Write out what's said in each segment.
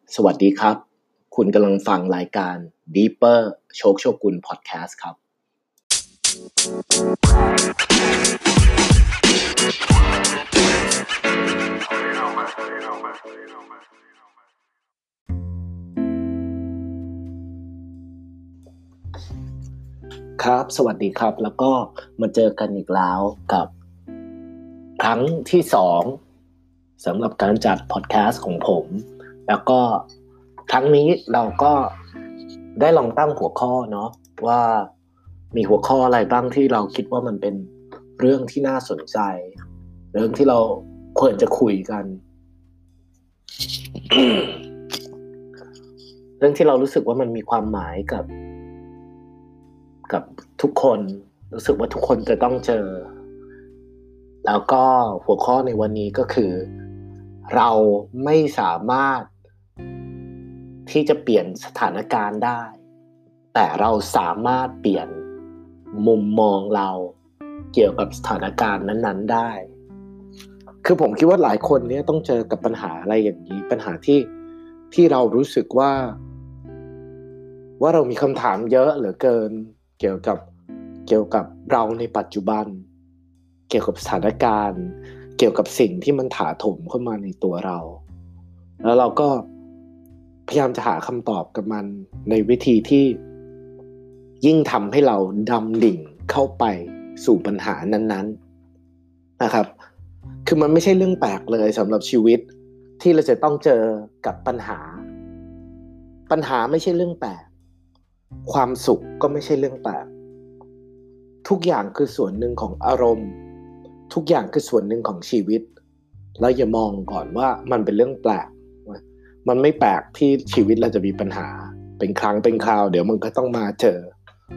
สวัสดีครับคุณกำลังฟังรายการ Deeper โชคโชกุน Podcast ครับครับสวัสดีครับแล้วก็มาเจอกันอีกแล้วกับครั้งที่2สำหรับการจัด Podcast ของผมแล้วก็ครั้งนี้เราก็ได้ลองตั้งหัวข้อเนาะว่ามีหัวข้ออะไรบ้างที่เราคิดว่ามันเป็นเรื่องที่น่าสนใจเรื่องที่เราควรจะคุยกัน เรื่องที่เรารู้สึกว่ามันมีความหมายกับทุกคนรู้สึกว่าทุกคนจะต้องเจอแล้วก็หัวข้อในวันนี้ก็คือเราไม่สามารถที่จะเปลี่ยนสถานการณ์ได้แต่เราสามารถเปลี่ยนมุมมองเราเกี่ยวกับสถานการณ์นั้นๆได้คือผมคิดว่าหลายคนเนี่ยต้องเจอกับปัญหาอะไรอย่างนี้ปัญหาที่เรารู้สึกว่าเรามีคำถามเยอะเหลือเกินเกี่ยวกับเราในปัจจุบันเกี่ยวกับสถานการณ์เกี่ยวกับสิ่งที่มันถาโถมเข้ามาในตัวเราแล้วเราก็พยายามจะหาคำตอบกับมันในวิธีที่ยิ่งทำให้เราดำดิ่งเข้าไปสู่ปัญหานั้นๆนะครับคือมันไม่ใช่เรื่องแปลกเลยสำหรับชีวิตที่เราจะต้องเจอกับปัญหาไม่ใช่เรื่องแปลกความสุขก็ไม่ใช่เรื่องแปลกทุกอย่างคือส่วนหนึ่งของอารมณ์ทุกอย่างคือส่วนหนึ่งของชีวิตเราอย่ามองก่อนว่ามันเป็นเรื่องแปลกมันไม่แปลกที่ชีวิตเราจะมีปัญหาเป็นครั้งเป็นคราวเดี๋ยวมันก็ต้องมาเจอ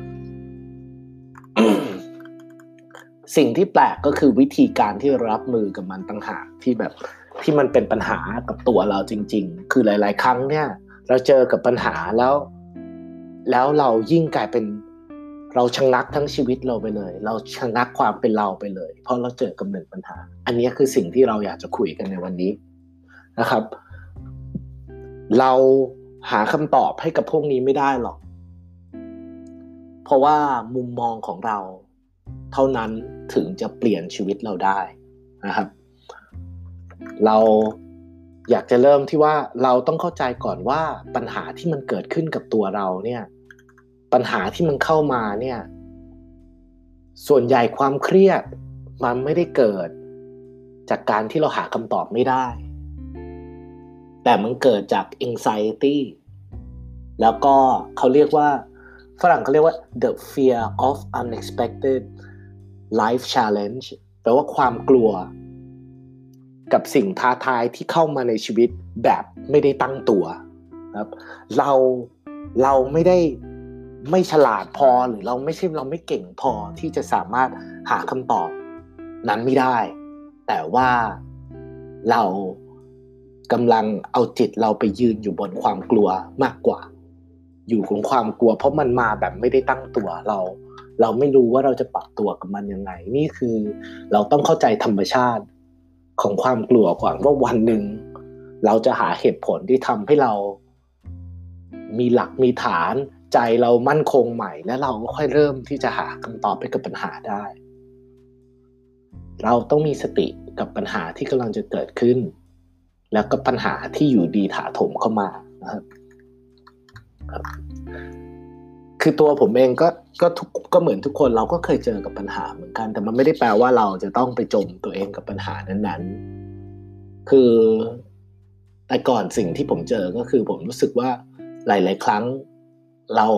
สิ่งที่แปลกก็คือวิธีการที่รับมือกับมันต่างหากที่มันเป็นปัญหากับตัวเราจริงๆคือหลายๆครั้งเนี่ยเราเจอกับปัญหาแล้วเรายิ่งกลายเป็นเราชะงักทั้งชีวิตเราไปเลยเราชะงักความเป็นเราไปเลยเพราะเราเจอกับหนึ่งปัญหาอันนี้คือสิ่งที่เราอยากจะคุยกันในวันนี้นะครับเราหาคำตอบให้กับพวกนี้ไม่ได้หรอกเพราะว่ามุมมองของเราเท่านั้นถึงจะเปลี่ยนชีวิตเราได้นะครับเราอยากจะเริ่มที่ว่าเราต้องเข้าใจก่อนว่าปัญหาที่มันเกิดขึ้นกับตัวเราเนี่ยปัญหาที่มันเข้ามาเนี่ยส่วนใหญ่ความเครียดมันไม่ได้เกิดจากการที่เราหาคำตอบไม่ได้แต่มันเกิดจาก anxiety แล้วก็เขาเรียกว่าฝรั่งเขาเรียกว่า the fear of unexpected life challenge แปลว่าความกลัวกับสิ่งท้าทายที่เข้ามาในชีวิตแบบไม่ได้ตั้งตัวครับเราไม่ฉลาดพอหรือเราไม่เก่งพอที่จะสามารถหาคำตอบนั้นไม่ได้แต่ว่าเรากำลังเอาจิตเราไปยืนอยู่บนความกลัวมากกว่าอยู่กับความกลัวเพราะมันมาแบบไม่ได้ตั้งตัวเราไม่รู้ว่าเราจะปรับตัวกับมันยังไงนี่คือเราต้องเข้าใจธรรมชาติของความกลัวก่อนว่าวันหนึ่งเราจะหาเหตุผลที่ทำให้เรามีหลักมีฐานใจเรามั่นคงใหม่และเราก็ค่อยเริ่มที่จะหาคำตอบให้กับปัญหาได้เราต้องมีสติกับปัญหาที่กำลังจะเกิดขึ้นแล้วก็ปัญหาที่อยู่ดีถาโถมเข้ามานะครับคือตัวผมเองก็เหมือนทุกคนเราก็เคยเจอกับปัญหาเหมือนกันแต่มันไม่ได้แปลว่าเราจะต้องไปจมตัวเองกับปัญหานั้นๆคือแต่ก่อนสิ่งที่ผมเจอก็คือผมรู้สึกว่าหลายๆครั้งเรา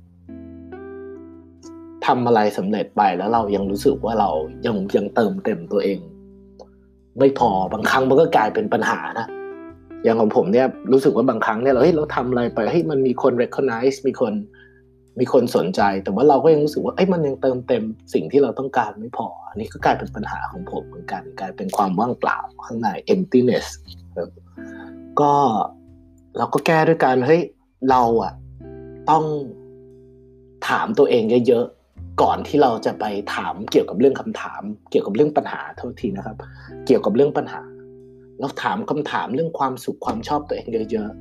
ทำอะไรสำเร็จไปแล้วเรายังรู้สึกว่าเรายังเติมเต็มตัวเองไม่พอบางครั้งมันก็กลายเป็นปัญหานะอย่างของผมเนี่ยรู้สึกว่าบางครั้งเนี่ยเราทำอะไรไปมันมีคน recognize มีคนสนใจแต่ว่าเราก็ยังรู้สึกว่ามันยังเติมเต็มสิ่งที่เราต้องการไม่พออันนี้ก็กลายเป็นปัญหาของผมเหมือนกันกลายเป็นความว่างเปล่าข้างใน emptiness ก็เราก็แก้ด้วยการเราต้องถามตัวเองเยอะๆก่อนที่เราจะไปถามเกี่ยวกับเรื่องคำถามเกี่ยวกับเรื่องปัญหาโทษทีนะครับเกี่ยวกับเรื่องปัญหาเราถามคำถามเรื่องความสุขความชอบตัวเองเยอะ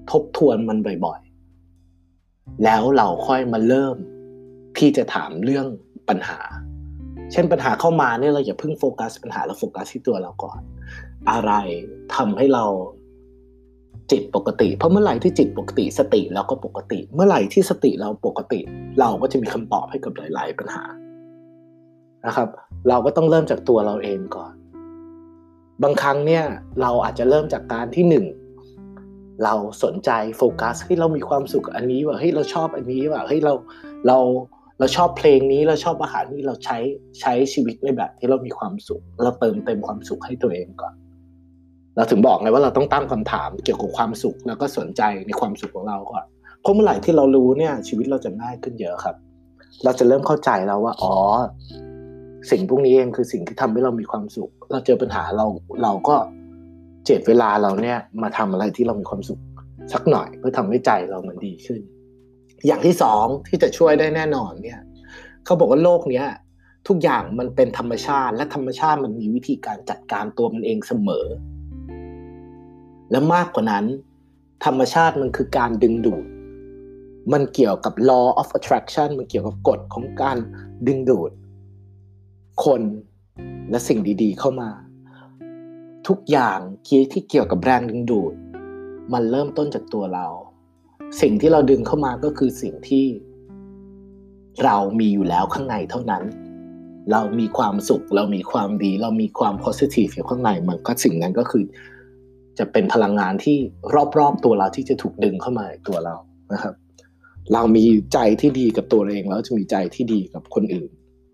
ทบทวนมันบ่อยๆแล้วเราค่อยมาเริ่มที่จะถามเรื่องปัญหาเช่นปัญหาเข้ามาเนี่ยเราอย่าเพิ่งโฟกัสปัญหาเราโฟกัสที่ตัวเราก่อนอะไรทำให้เราจิตปกติเพราะเมื่อไหร่ที่จิตปกติสติเราก็ปกติเมื่อไหร่ที่สติเราปกติเราก็จะมีคำตอบให้กับหลายๆปัญหานะครับเราก็ต้องเริ่มจากตัวเราเองก่อนบางครั้งเนี่ยเราอาจจะเริ่มจากการที่เราสนใจโฟกัสเรามีความสุขอันนี้ว่าเราชอบอันนี้ว่าเราชอบเพลงนี้เราชอบอาหารนี้เราใช้ชีวิตในแบบที่เรามีความสุขเราเติมเต็มความสุขให้ตัวเองก่อนเราถึงบอกไงว่าเราต้องตั้งคำถามเกี่ยวกับความสุขแล้วก็สนใจในความสุขของเราก่อนเพราะเมื่อไหร่ที่เรารู้เนี่ยชีวิตเราจะง่ายขึ้นเยอะครับเราจะเริ่มเข้าใจแล้วว่าสิ่งพวกนี้เองคือสิ่งที่ทำให้เรามีความสุขเราเจอปัญหาเราก็เจ็บเวลาเราเนี่ยมาทำอะไรที่เรามีความสุขสักหน่อยเพื่อทำให้ใจเรามันดีขึ้นอย่างที่สองที่จะช่วยได้แน่นอนเนี่ยเขาบอกว่าโลกเนี้ยทุกอย่างมันเป็นธรรมชาติและธรรมชาติมันมีวิธีการจัดการตัวมันเองเสมอและมากกว่านั้นธรรมชาติมันคือการดึงดูดมันเกี่ยวกับ law of attraction มันเกี่ยวกับกฎของการดึงดูดคนและสิ่งดีๆเข้ามาทุกอย่างที่เกี่ยวกับแรงดึงดูดมันเริ่มต้นจากตัวเราสิ่งที่เราดึงเข้ามาก็คือสิ่งที่เรามีอยู่แล้วข้างในเท่านั้นเรามีความสุขเรามีความดีเรามีความ positive อยู่ข้างในมันก็สิ่งนั้นก็คือจะเป็นพลังงานที่รอบๆตัวเราที่จะถูกดึงเข้ามาในตัวเรานะครับเรามีใจที่ดีกับตัวเองแล้วจะมีใจที่ดีกับคนอื่น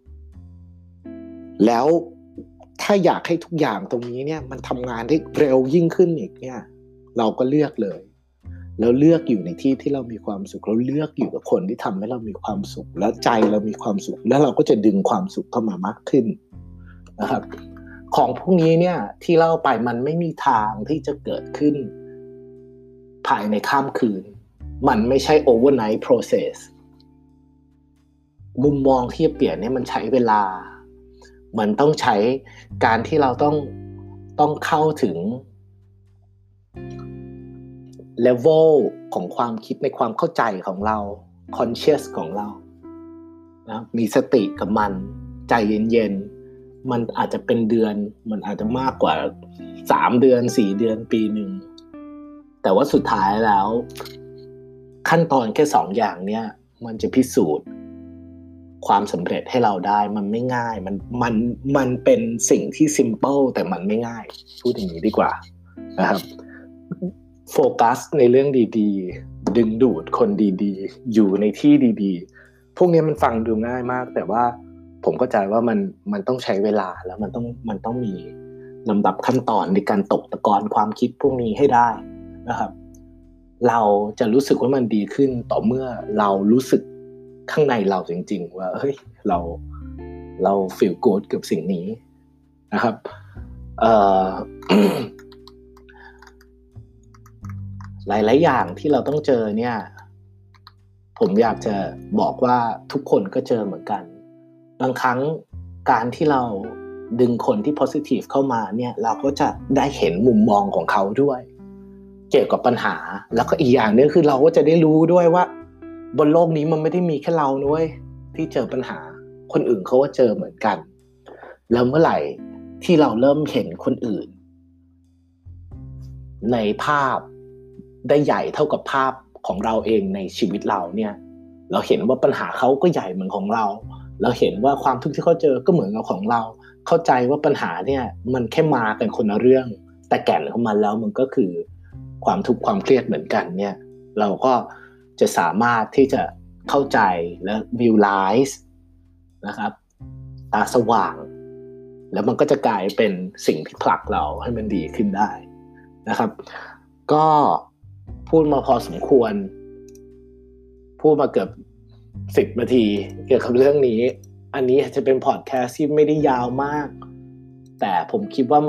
แล้วถ้าอยากให้ทุกอย่างตรงนี้เนี่ยมันทำงานได้เร็วยิ่งขึ้นอีกเนี่ยเราก็เลือกเลยแล้วเลือกอยู่ในที่ที่เรามีความสุขเราเลือกอยู่กับคนที่ทำให้เรามีความสุขแล้วใจเรามีความสุขแล้วเราก็จะดึงความสุขเข้ามามากขึ้นนะครับของพวกนี้เนี่ยที่เล่าไปมันไม่มีทางที่จะเกิดขึ้นภายในข้ามคืนมันไม่ใช่ overnight process มุมมองที่จะเปลี่ยนเนี่ยมันใช้เวลามันต้องใช้การที่เราต้องเข้าถึงlevel ของความคิดในความเข้าใจของเรา conscious ของเรานะมีสติกับมันใจเย็นๆมันอาจจะเป็นเดือนมันอาจจะมากกว่า3เดือน4เดือนปีนึงแต่ว่าสุดท้ายแล้วขั้นตอนแค่2อย่างเนี้ยมันจะพิสูจน์ความสำเร็จให้เราได้มันไม่ง่ายมันเป็นสิ่งที่ simple แต่มันไม่ง่ายพูดอย่างนี้ดีกว่านะครับโฟกัสในเรื่องดีๆดึงดูดคนดีๆอยู่ในที่ดีๆพวกนี้มันฟังดูง่ายมากแต่ว่าผมเข้าใจว่ามันต้องใช้เวลาแล้วมันต้องมีลำดับขั้นตอนในการตกตะกอนความคิดพวกนี้ให้ได้นะครับเราจะรู้สึกว่ามันดีขึ้นต่อเมื่อเรารู้สึกข้างในเราจริงๆว่าเฮ้ยเรา feel good กับสิ่งนี้นะครับหลายๆอย่างที่เราต้องเจอเนี่ยผมอยากจะบอกว่าทุกคนก็เจอเหมือนกันบางครั้งการที่เราดึงคนที่ positive เข้ามาเนี่ยเราก็จะได้เห็นมุมมองของเขาด้วยเกี่ยวกับปัญหาแล้วก็อีกอย่างนึงคือเราก็จะได้รู้ด้วยว่าบนโลกนี้มันไม่ได้มีแค่เราด้วยที่เจอปัญหาคนอื่นเขาก็เจอเหมือนกันแล้วเมื่อไหร่ที่เราเริ่มเห็นคนอื่นในภาพได้ใหญ่เท่ากับภาพของเราเองในชีวิตเราเนี่ยเราเห็นว่าปัญหาเขาก็ใหญ่เหมือนของเราเราเห็นว่าความทุกข์ที่เขาเจอก็เหมือนกับของเราเข้าใจว่าปัญหาเนี่ยมันแค่มากันคนละเรื่องแต่แก่นของมันแล้วมันก็คือความทุกข์ความเครียดเหมือนกันเนี่ยเราก็จะสามารถที่จะเข้าใจและ visualize นะครับตาสว่างแล้วมันก็จะกลายเป็นสิ่งที่ผลักเราให้มันดีขึ้นได้นะครับก็พูดมาพอสมควรพูดมาเกือบ10 นาทีเกี่ยวกับเรื่องนี้อันนี้จะเป็นพอดแคสต์ที่ไม่ได้ยาวมากแต่ผมคิดว่า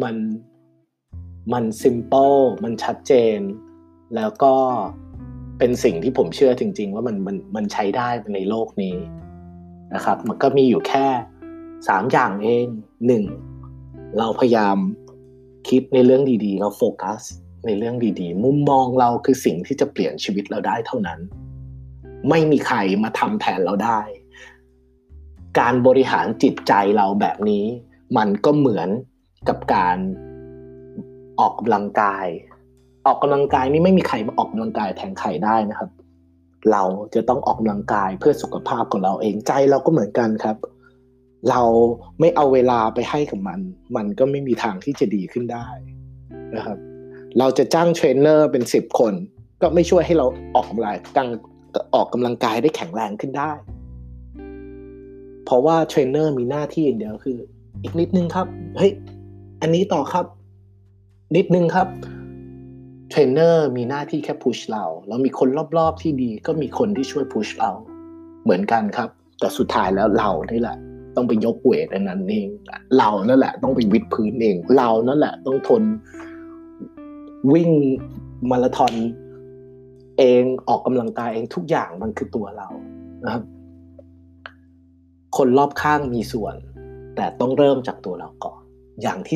มัน simple มันชัดเจนแล้วก็เป็นสิ่งที่ผมเชื่อจริงๆว่ามันใช้ได้ในโลกนี้นะครับมันก็มีอยู่แค่3อย่างเอง1เราพยายามคิดในเรื่องดีๆเราโฟกัสในเรื่องดีๆมุมมองเราคือสิ่งที่จะเปลี่ยนชีวิตเราได้เท่านั้นไม่มีใครมาทำแทนเราได้การบริหารจิตใจเราแบบนี้มันก็เหมือนกับการออกกำลังกายนี่ไม่มีใครมาออกกำลังกายแทนใครได้นะครับเราจะต้องออกกำลังกายเพื่อสุขภาพของเราเองใจเราก็เหมือนกันครับเราไม่เอาเวลาไปให้กับมันก็ไม่มีทางที่จะดีขึ้นได้นะครับเราจะจ้างเทรนเนอร์เป็น10 คนก็ไม่ช่วยให้เราออกกำลังกายได้แข็งแรงขึ้นได้เพราะว่าเทรนเนอร์มีหน้าที่อย่างเดียวคืออีกนิดนึงครับเฮ้ยอันนี้ต่อครับนิดนึงครับเทรนเนอร์มีหน้าที่แค่พุชเราแล้วมีคนรอบๆที่ดีก็มีคนที่ช่วยพุชเราเหมือนกันครับแต่สุดท้ายแล้วเรานี่แหละต้องไปยกเวทอันนั้นเองเรานั่นแหละต้องไปวิดพื้นเองเรานั่นแหละต้องทนวิ่งมาราธอนเองออกกำลังกายเองทุกอย่างมันคือตัวเรานะครับคนรอบข้างมีส่วนแต่ต้องเริ่มจากตัวเราก่อนอย่างที่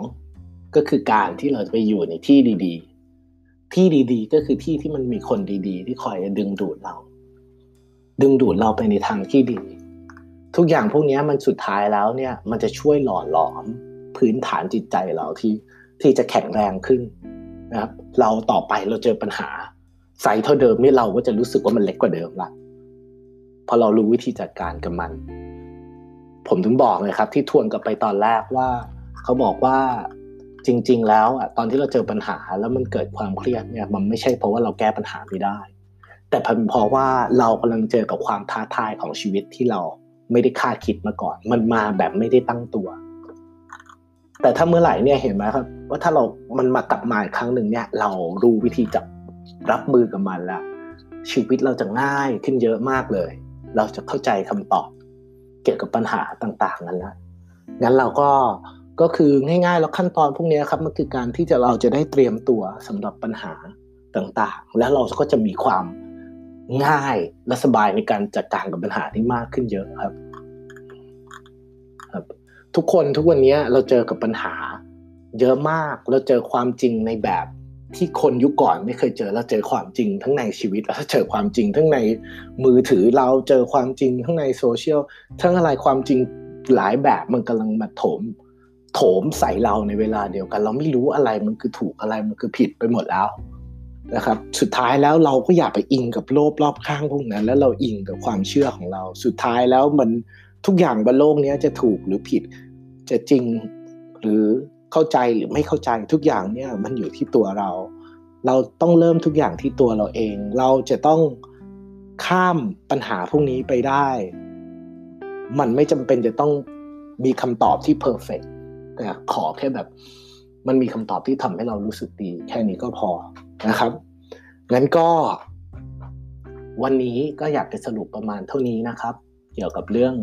2ก็คือการที่เราจะไปอยู่ในที่ดีๆก็คือที่ที่มันมีคนดีๆที่คอยดึงดูดเราไปในทางที่ดีทุกอย่างพวกนี้มันสุดท้ายแล้วเนี่ยมันจะช่วยหล่อหลอมพื้นฐานจิตใจเราที่จะแข็งแรงขึ้นนะครับเราต่อไปเราเจอปัญหาไซส์เท่าเดิมนี่เราก็จะรู้สึกว่ามันเล็กกว่าเดิมละพอเรารู้วิธีจัดการกับมันผมถึงบอกเลยครับที่ทวนกลับไปตอนแรกว่าเขาบอกว่าจริงๆแล้วตอนที่เราเจอปัญหาแล้วมันเกิดความเครียดเนี่ยมันไม่ใช่เพราะว่าเราแก้ปัญหาไม่ได้แต่เป็นเพราะว่าเรากำลังเจอกับความท้าทายของชีวิตที่เราไม่ได้คาดคิดมาก่อนมันมาแบบไม่ได้ตั้งตัวแต่ถ้าเมื่อไหร่เนี่ยเห็นไหมครับว่าถ้ามันมากลับมาอีกครั้งหนึ่งเนี่ยเรารู้วิธีจับรับมือกับมันแล้วชีวิตเราจะง่ายขึ้นเยอะมากเลยเราจะเข้าใจคำตอบเกี่ยวกับปัญหาต่างๆนั้นนะงั้นเราก็คือง่ายๆแล้วขั้นตอนพวกนี้ครับมันคือการที่เราจะได้เตรียมตัวสำหรับปัญหาต่างๆแล้วเราก็จะมีความง่ายและสบายในการจัดการกับปัญหาที่มากขึ้นเยอะครับทุกวันนี้เราเจอกับปัญหาเยอะมากเราเจอความจริงในแบบที่คนยุคก่อนไม่เคยเจอเราเจอความจริงทั้งในชีวิตแล้วเจอความจริงทั้งในมือถือเราเจอความจริงทั้งในโซเชียลทั้งอะไรความจริงหลายแบบมันกำลังมาโถมใส่เราในเวลาเดียวกันเราไม่รู้อะไรมันคือถูกอะไรมันคือผิดไปหมดแล้วนะครับสุดท้ายแล้วเราก็อย่าไปอิงกับโลกรอบข้างพวกนั้นแล้วเราอิงกับความเชื่อของเราสุดท้ายแล้วมันทุกอย่างบนโลกนี้จะถูกหรือผิดจะจริงหรือเข้าใจหรือไม่เข้าใจทุกอย่างเนี่ยมันอยู่ที่ตัวเราต้องเริ่มทุกอย่างที่ตัวเราเองเราจะต้องข้ามปัญหาพวกนี้ไปได้มันไม่จำเป็นจะต้องมีคำตอบที่เพอร์เฟคแต่ขอแค่แบบมันมีคำตอบที่ทำให้เรารู้สึกดีแค่นี้ก็พอนะครับงั้นก็วันนี้ก็อยากจะสรุปประมาณเท่านี้นะครับเกี่ยวกับเรื่อง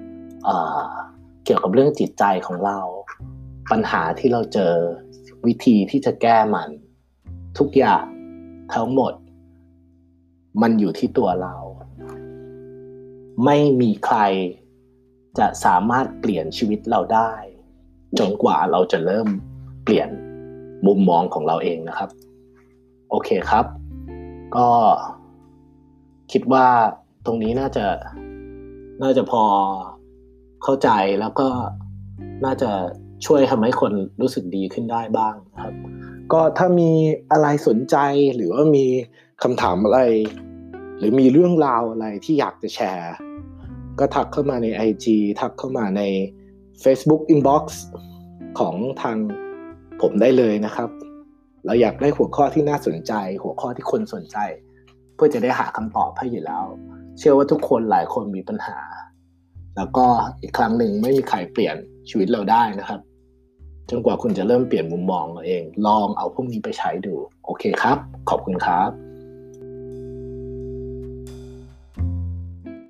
จิตใจของเราปัญหาที่เราเจอวิธีที่จะแก้มันทุกอย่างทั้งหมดมันอยู่ที่ตัวเราไม่มีใครจะสามารถเปลี่ยนชีวิตเราได้จนกว่าเราจะเริ่มเปลี่ยนมุมมองของเราเองนะครับโอเคครับก็คิดว่าตรงนี้น่าจะพอเข้าใจแล้วก็น่าจะช่วยทำให้คนรู้สึกดีขึ้นได้บ้างนะครับก็ถ้ามีอะไรสนใจหรือว่ามีคำถามอะไรหรือมีเรื่องราวอะไรที่อยากจะแชร์ก็ทักเข้ามาใน IG ทักเข้ามาใน Facebook Inbox ของทางผมได้เลยนะครับเราอยากได้หัวข้อที่น่าสนใจหัวข้อที่คนสนใจเพื่อจะได้หาคำตอบให้อยู่แล้วเชื่อว่าทุกคนหลายคนมีปัญหาแล้วก็อีกครั้งหนึ่งไม่มีใครเปลี่ยนชีวิตเราได้นะครับจนกว่าคุณจะเริ่มเปลี่ยนมุมมองตัวเองลองเอาพวกนี้ไปใช้ดูโอเคครับขอบคุณครับ